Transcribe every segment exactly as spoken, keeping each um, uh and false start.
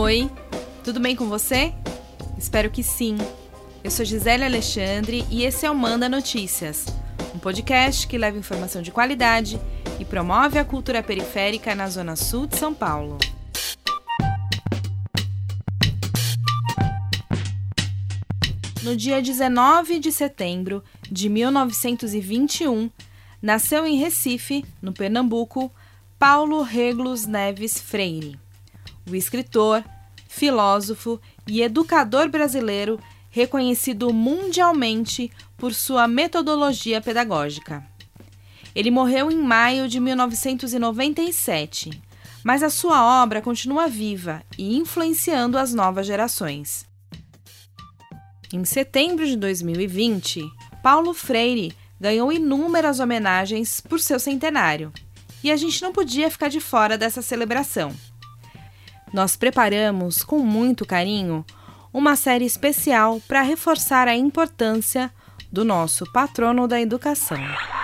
Oi, tudo bem com você? Espero que sim. Eu sou Gisele Alexandre e esse é o Manda Notícias, um podcast que leva informação de qualidade e promove a cultura periférica na Zona Sul de São Paulo. No dia dezenove de setembro de mil novecentos e vinte e um, nasceu em Recife, no Pernambuco, Paulo Réglus Neves Freire. O escritor, filósofo e educador brasileiro reconhecido mundialmente por sua metodologia pedagógica. Ele morreu em maio de mil novecentos e noventa e sete, mas a sua obra continua viva e influenciando as novas gerações. Em setembro de dois mil e vinte, Paulo Freire ganhou inúmeras homenagens por seu centenário, e a gente não podia ficar de fora dessa celebração. Nós preparamos, com muito carinho, uma série especial para reforçar a importância do nosso patrono da educação.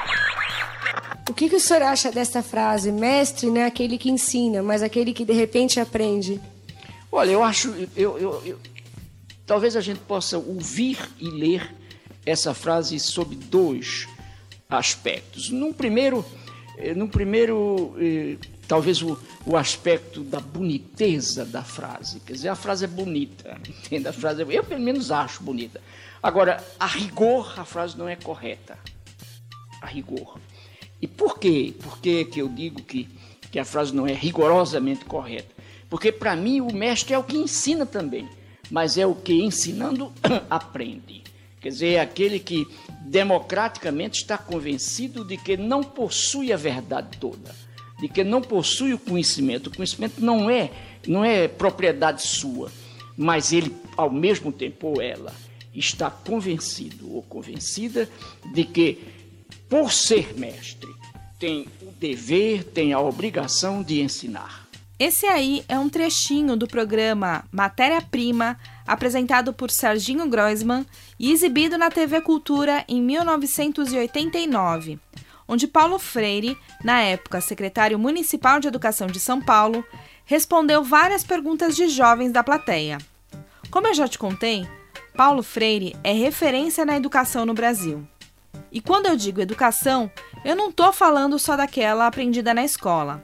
O que, que o senhor acha dessa frase? Mestre não é aquele que ensina, mas aquele que de repente aprende. Olha, eu acho... Eu, eu, eu, talvez a gente possa ouvir e ler essa frase sob dois aspectos. Num primeiro, num primeiro eh, talvez o, o aspecto da boniteza da frase. Quer dizer, a frase é bonita, entende? A frase é, eu, pelo menos, acho bonita. Agora, a rigor, a frase não é correta. A rigor. E por quê? Por que que eu digo que, que a frase não é rigorosamente correta? Porque, para mim, o mestre é o que ensina também, mas é o que, ensinando, aprende. Quer dizer, é aquele que democraticamente está convencido de que não possui a verdade toda, de que não possui o conhecimento. O conhecimento não é, não é propriedade sua, mas ele, ao mesmo tempo, ou ela, está convencido ou convencida de que, por ser mestre, tem o dever, tem a obrigação de ensinar. Esse aí é um trechinho do programa Matéria-Prima, apresentado por Serginho Groisman e exibido na T V Cultura em mil novecentos e oitenta e nove, onde Paulo Freire, na época secretário municipal de Educação de São Paulo, respondeu várias perguntas de jovens da plateia. Como eu já te contei, Paulo Freire é referência na educação no Brasil. E quando eu digo educação, eu não estou falando só daquela aprendida na escola.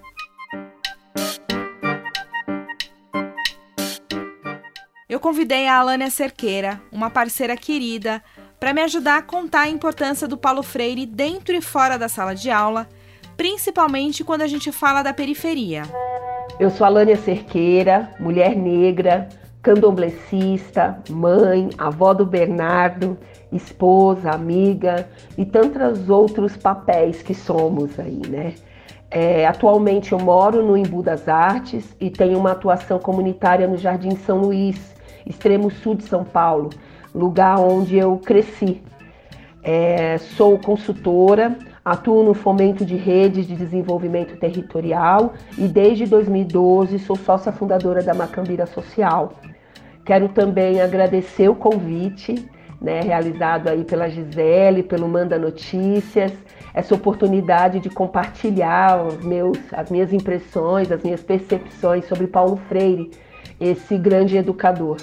Eu convidei a Alânia Cerqueira, uma parceira querida, para me ajudar a contar a importância do Paulo Freire dentro e fora da sala de aula, principalmente quando a gente fala da periferia. Eu sou Alânia Cerqueira, mulher negra, candomblessista, mãe, avó do Bernardo, esposa, amiga e tantos outros papéis que somos aí, né? É, atualmente eu moro no Embu das Artes e tenho uma atuação comunitária no Jardim São Luís, extremo sul de São Paulo, lugar onde eu cresci. É, sou consultora, atuo no fomento de redes de desenvolvimento territorial e desde dois mil e doze sou sócia fundadora da Macambira Social. Quero também agradecer o convite, né, realizado aí pela Gisele, pelo Manda Notícias, essa oportunidade de compartilhar os meus, as minhas impressões, as minhas percepções sobre Paulo Freire, esse grande educador.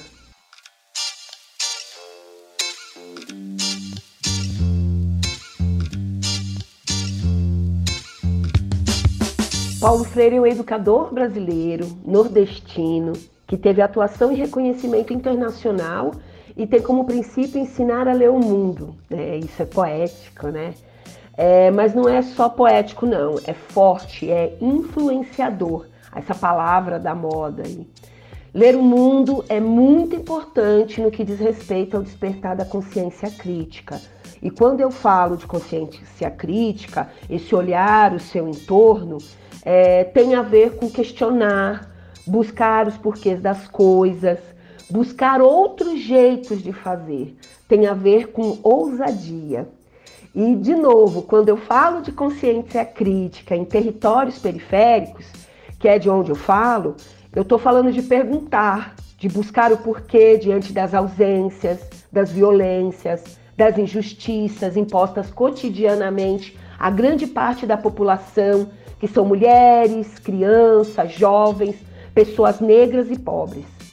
Paulo Freire é um educador brasileiro, nordestino, que teve atuação e reconhecimento internacional e tem como princípio ensinar a ler o mundo. É, isso é poético, né? É, mas não é só poético, não. É forte, é influenciador. Essa palavra da moda aí. Ler o mundo é muito importante no que diz respeito ao despertar da consciência crítica. E quando eu falo de consciência crítica, esse olhar o seu entorno, é, tem a ver com questionar, buscar os porquês das coisas, buscar outros jeitos de fazer. Tem a ver com ousadia. E, de novo, quando eu falo de consciência crítica em territórios periféricos, que é de onde eu falo, eu estou falando de perguntar, de buscar o porquê diante das ausências, das violências, das injustiças impostas cotidianamente a grande parte da população, que são mulheres, crianças, jovens, pessoas negras e pobres.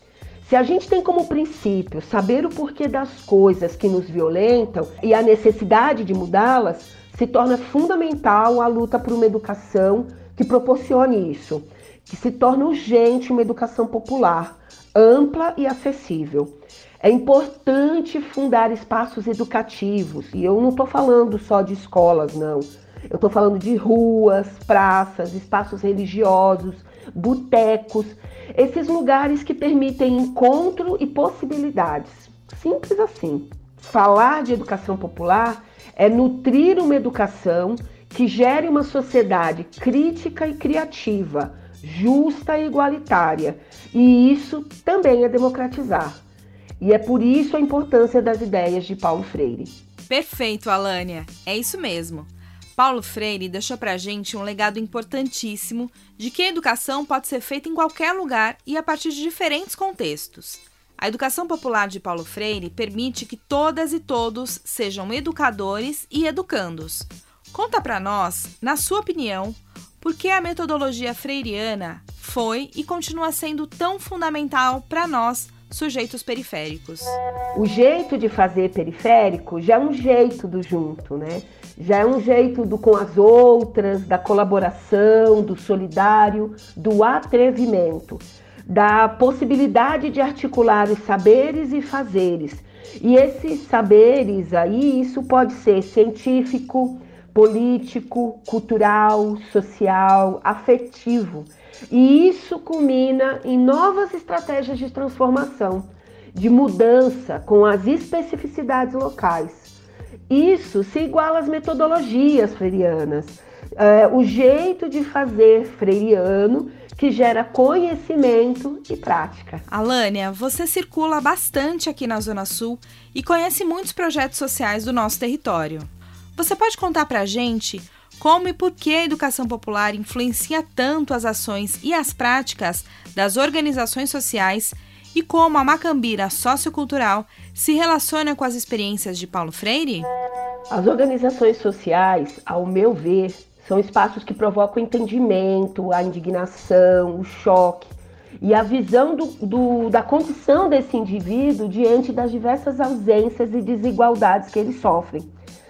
Se a gente tem como princípio saber o porquê das coisas que nos violentam e a necessidade de mudá-las, se torna fundamental a luta por uma educação que proporcione isso, que se torna urgente uma educação popular, ampla e acessível. É importante fundar espaços educativos, e eu não estou falando só de escolas, não. Eu estou falando de ruas, praças, espaços religiosos, botecos, esses lugares que permitem encontro e possibilidades. Simples assim. Falar de educação popular é nutrir uma educação que gere uma sociedade crítica e criativa, justa e igualitária. E isso também é democratizar. E é por isso a importância das ideias de Paulo Freire. Perfeito, Alânia. É isso mesmo. Paulo Freire deixou pra gente um legado importantíssimo de que a educação pode ser feita em qualquer lugar e a partir de diferentes contextos. A educação popular de Paulo Freire permite que todas e todos sejam educadores e educandos. Conta pra nós, na sua opinião, por que a metodologia freiriana foi e continua sendo tão fundamental para nós, sujeitos periféricos. O jeito de fazer periférico já é um jeito do junto, né? Já é um jeito do com as outras, da colaboração, do solidário, do atrevimento, da possibilidade de articular os saberes e fazeres. E esses saberes aí, isso pode ser científico, político, cultural, social, afetivo. E isso culmina em novas estratégias de transformação, de mudança com as especificidades locais. Isso se iguala às metodologias freirianas, é, o jeito de fazer freiriano que gera conhecimento e prática. Alânia, você circula bastante aqui na Zona Sul e conhece muitos projetos sociais do nosso território. Você pode contar pra gente como e por que a educação popular influencia tanto as ações e as práticas das organizações sociais e como a macambira sociocultural se relaciona com as experiências de Paulo Freire? As organizações sociais, ao meu ver, são espaços que provocam o entendimento, a indignação, o choque e a visão do, do, da condição desse indivíduo diante das diversas ausências e desigualdades que eles sofrem.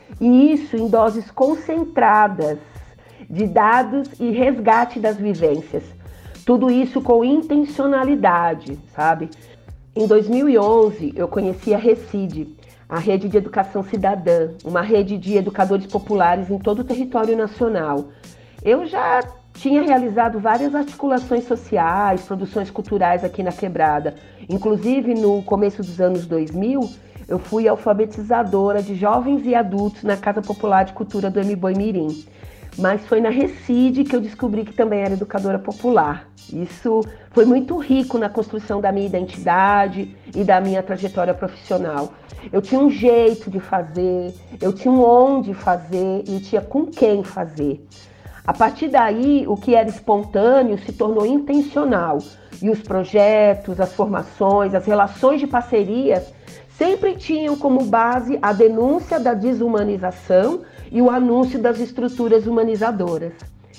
E isso em doses concentradas de dados e resgate das vivências. Tudo isso com intencionalidade, sabe? Em dois mil e onze, eu conheci a RECID, a Rede de Educação Cidadã, uma rede de educadores populares em todo o território nacional. Eu já tinha realizado várias articulações sociais, produções culturais aqui na Quebrada. Inclusive, no começo dos anos dois mil, eu fui alfabetizadora de jovens e adultos na Casa Popular de Cultura do Mboi Mirim. Mas foi na RECID que eu descobri que também era educadora popular. Isso foi muito rico na construção da minha identidade e da minha trajetória profissional. Eu tinha um jeito de fazer, eu tinha um onde fazer e tinha com quem fazer. A partir daí, o que era espontâneo se tornou intencional. E os projetos, as formações, as relações de parcerias sempre tinham como base a denúncia da desumanização e o anúncio das estruturas humanizadoras.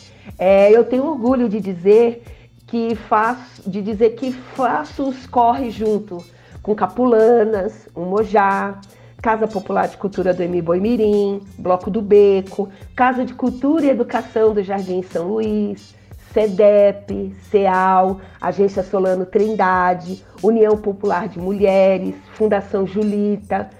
É, eu tenho orgulho de dizer que faço, de dizer que faço os corre junto com Capulanas, o Mojá, Casa Popular de Cultura do Mboi Mirim, Bloco do Beco, Casa de Cultura e Educação do Jardim São Luís, SEDEP, CEAL, Agência Solano Trindade, União Popular de Mulheres, Fundação Julita,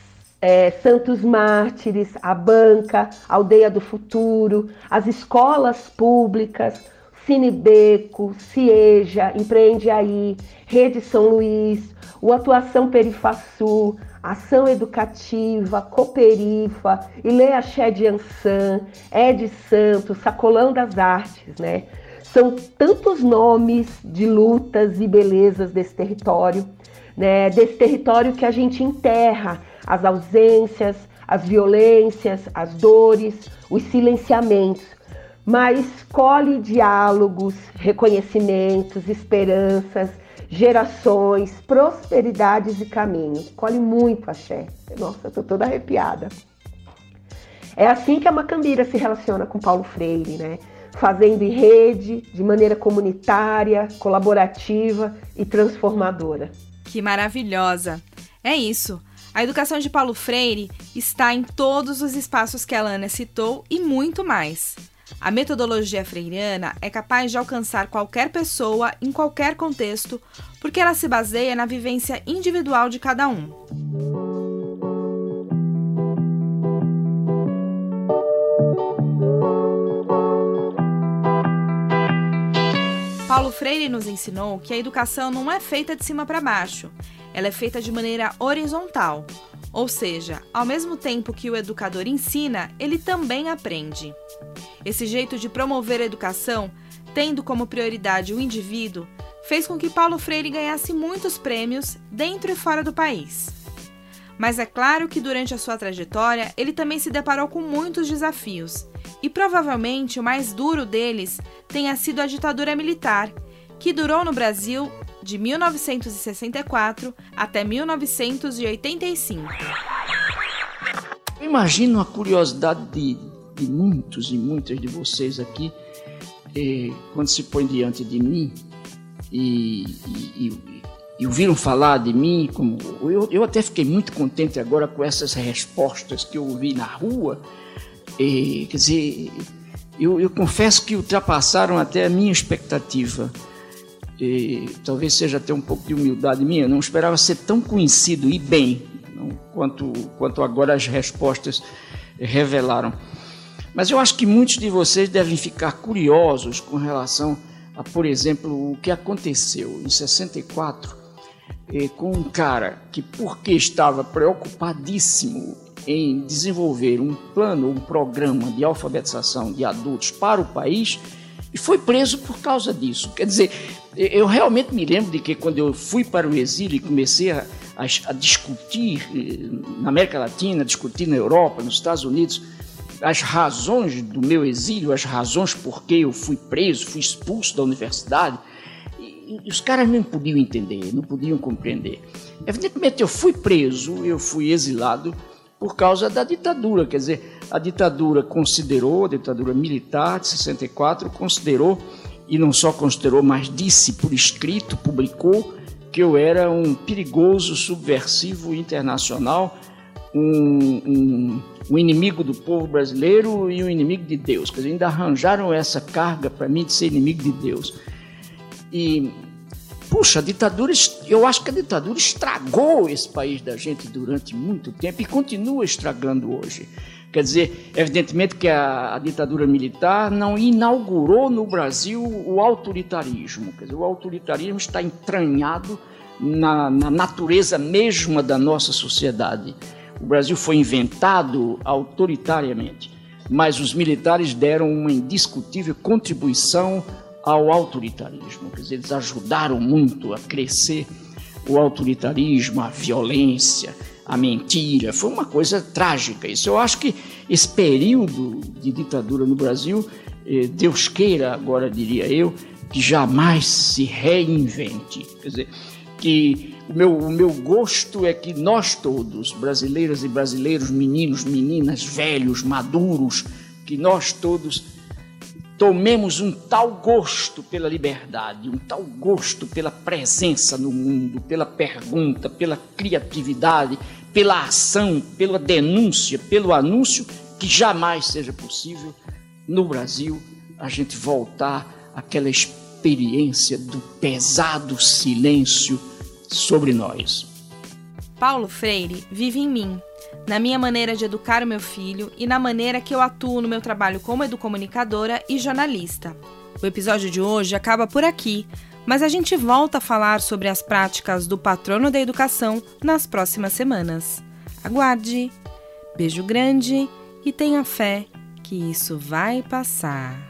é, Santos Mártires, a Banca, Aldeia do Futuro, as escolas públicas, Cinebeco, Cieja, Empreende Aí, Rede São Luís, o Atuação Perifaçu, Ação Educativa, Cooperifa, Ilê Axé de Ançã, Ed Santos, Sacolão das Artes, né? São tantos nomes de lutas e belezas desse território, né? Desse território que a gente enterra as ausências, as violências, as dores, os silenciamentos, mas colhe diálogos, reconhecimentos, esperanças, gerações, prosperidades e caminhos. Colhe muito axé. Nossa, eu tô toda arrepiada. É assim que a macambira se relaciona com Paulo Freire, né? Fazendo em rede, de maneira comunitária, colaborativa e transformadora. Que maravilhosa! É isso. A educação de Paulo Freire está em todos os espaços que a Alana citou e muito mais. A metodologia freiriana é capaz de alcançar qualquer pessoa em qualquer contexto, porque ela se baseia na vivência individual de cada um. Paulo Freire nos ensinou que a educação não é feita de cima para baixo, ela é feita de maneira horizontal, ou seja, ao mesmo tempo que o educador ensina, ele também aprende. Esse jeito de promover a educação, tendo como prioridade o indivíduo, fez com que Paulo Freire ganhasse muitos prêmios dentro e fora do país. Mas é claro que durante a sua trajetória, ele também se deparou com muitos desafios, e provavelmente o mais duro deles tenha sido a ditadura militar, que durou no Brasil de mil novecentos e sessenta e quatro até mil novecentos e oitenta e cinco. Eu imagino a curiosidade de, de muitos e muitas de vocês aqui, eh, quando se põe diante de mim e, e, e, e ouviram falar de mim. Como, eu, eu até fiquei muito contente agora com essas respostas que eu ouvi na rua. Eh, quer dizer, eu, eu confesso que ultrapassaram até a minha expectativa. E talvez seja até um pouco de humildade minha, eu não esperava ser tão conhecido e bem, não, quanto, quanto agora as respostas revelaram. Mas eu acho que muitos de vocês devem ficar curiosos com relação a, por exemplo, o que aconteceu em sessenta e quatro eh, com um cara que, porque estava preocupadíssimo em desenvolver um plano, um programa de alfabetização de adultos para o país, e foi preso por causa disso. Quer dizer, eu realmente me lembro de que quando eu fui para o exílio e comecei a, a, a discutir na América Latina, discutir na Europa, nos Estados Unidos, as razões do meu exílio, as razões por que eu fui preso, fui expulso da universidade, e, e os caras não podiam entender, não podiam compreender. Evidentemente, eu fui preso, eu fui exilado por causa da ditadura, quer dizer, a ditadura considerou, a ditadura militar de sessenta e quatro, considerou, e não só considerou, mas disse por escrito, publicou, que eu era um perigoso subversivo internacional, um, um, um inimigo do povo brasileiro e um inimigo de Deus. Quer dizer, ainda arranjaram essa carga para mim de ser inimigo de Deus. E, puxa, a ditadura, eu acho que a ditadura estragou esse país da gente durante muito tempo e continua estragando hoje. Quer dizer, evidentemente que a, a ditadura militar não inaugurou no Brasil o autoritarismo. Quer dizer, o autoritarismo está entranhado na, na natureza mesma da nossa sociedade. O Brasil foi inventado autoritariamente, mas os militares deram uma indiscutível contribuição ao autoritarismo. Quer dizer, eles ajudaram muito a crescer o autoritarismo, a violência, a mentira. Foi uma coisa trágica isso. Eu acho que esse período de ditadura no Brasil, eh, Deus queira, agora diria eu, que jamais se reinvente. Quer dizer, que o meu, o meu gosto é que nós todos, brasileiras e brasileiros, meninos, meninas, velhos, maduros, que nós todos tomemos um tal gosto pela liberdade, um tal gosto pela presença no mundo, pela pergunta, pela criatividade, pela ação, pela denúncia, pelo anúncio, que jamais seja possível, no Brasil, a gente voltar àquela experiência do pesado silêncio sobre nós. Paulo Freire vive em mim, na minha maneira de educar o meu filho e na maneira que eu atuo no meu trabalho como educomunicadora e jornalista. O episódio de hoje acaba por aqui, mas a gente volta a falar sobre as práticas do patrono da educação nas próximas semanas. Aguarde! Beijo grande e tenha fé que isso vai passar.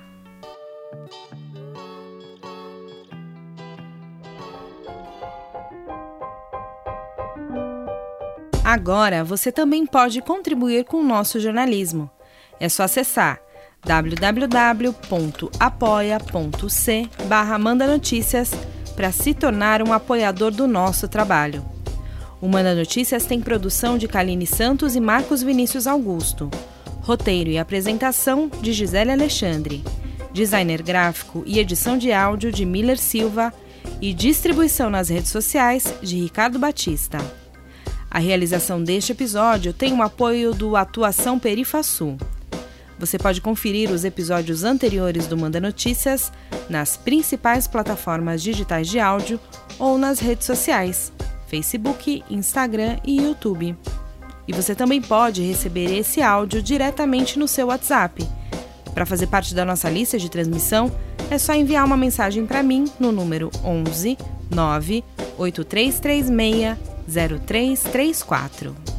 Agora você também pode contribuir com o nosso jornalismo. É só acessar w w w ponto apoia ponto c barra manda notícias para se tornar um apoiador do nosso trabalho. O Manda Notícias tem produção de Kaline Santos e Marcos Vinícius Augusto. Roteiro e apresentação de Gisele Alexandre. Designer gráfico e edição de áudio de Miller Silva. e distribuição nas redes sociais de Ricardo Batista. A realização deste episódio tem o apoio do Atuação Perifasul. Você pode conferir os episódios anteriores do Manda Notícias nas principais plataformas digitais de áudio ou nas redes sociais, Facebook, Instagram e YouTube. E você também pode receber esse áudio diretamente no seu WhatsApp. Para fazer parte da nossa lista de transmissão, é só enviar uma mensagem para mim no número onze nove oito três três seis zero três três quatro.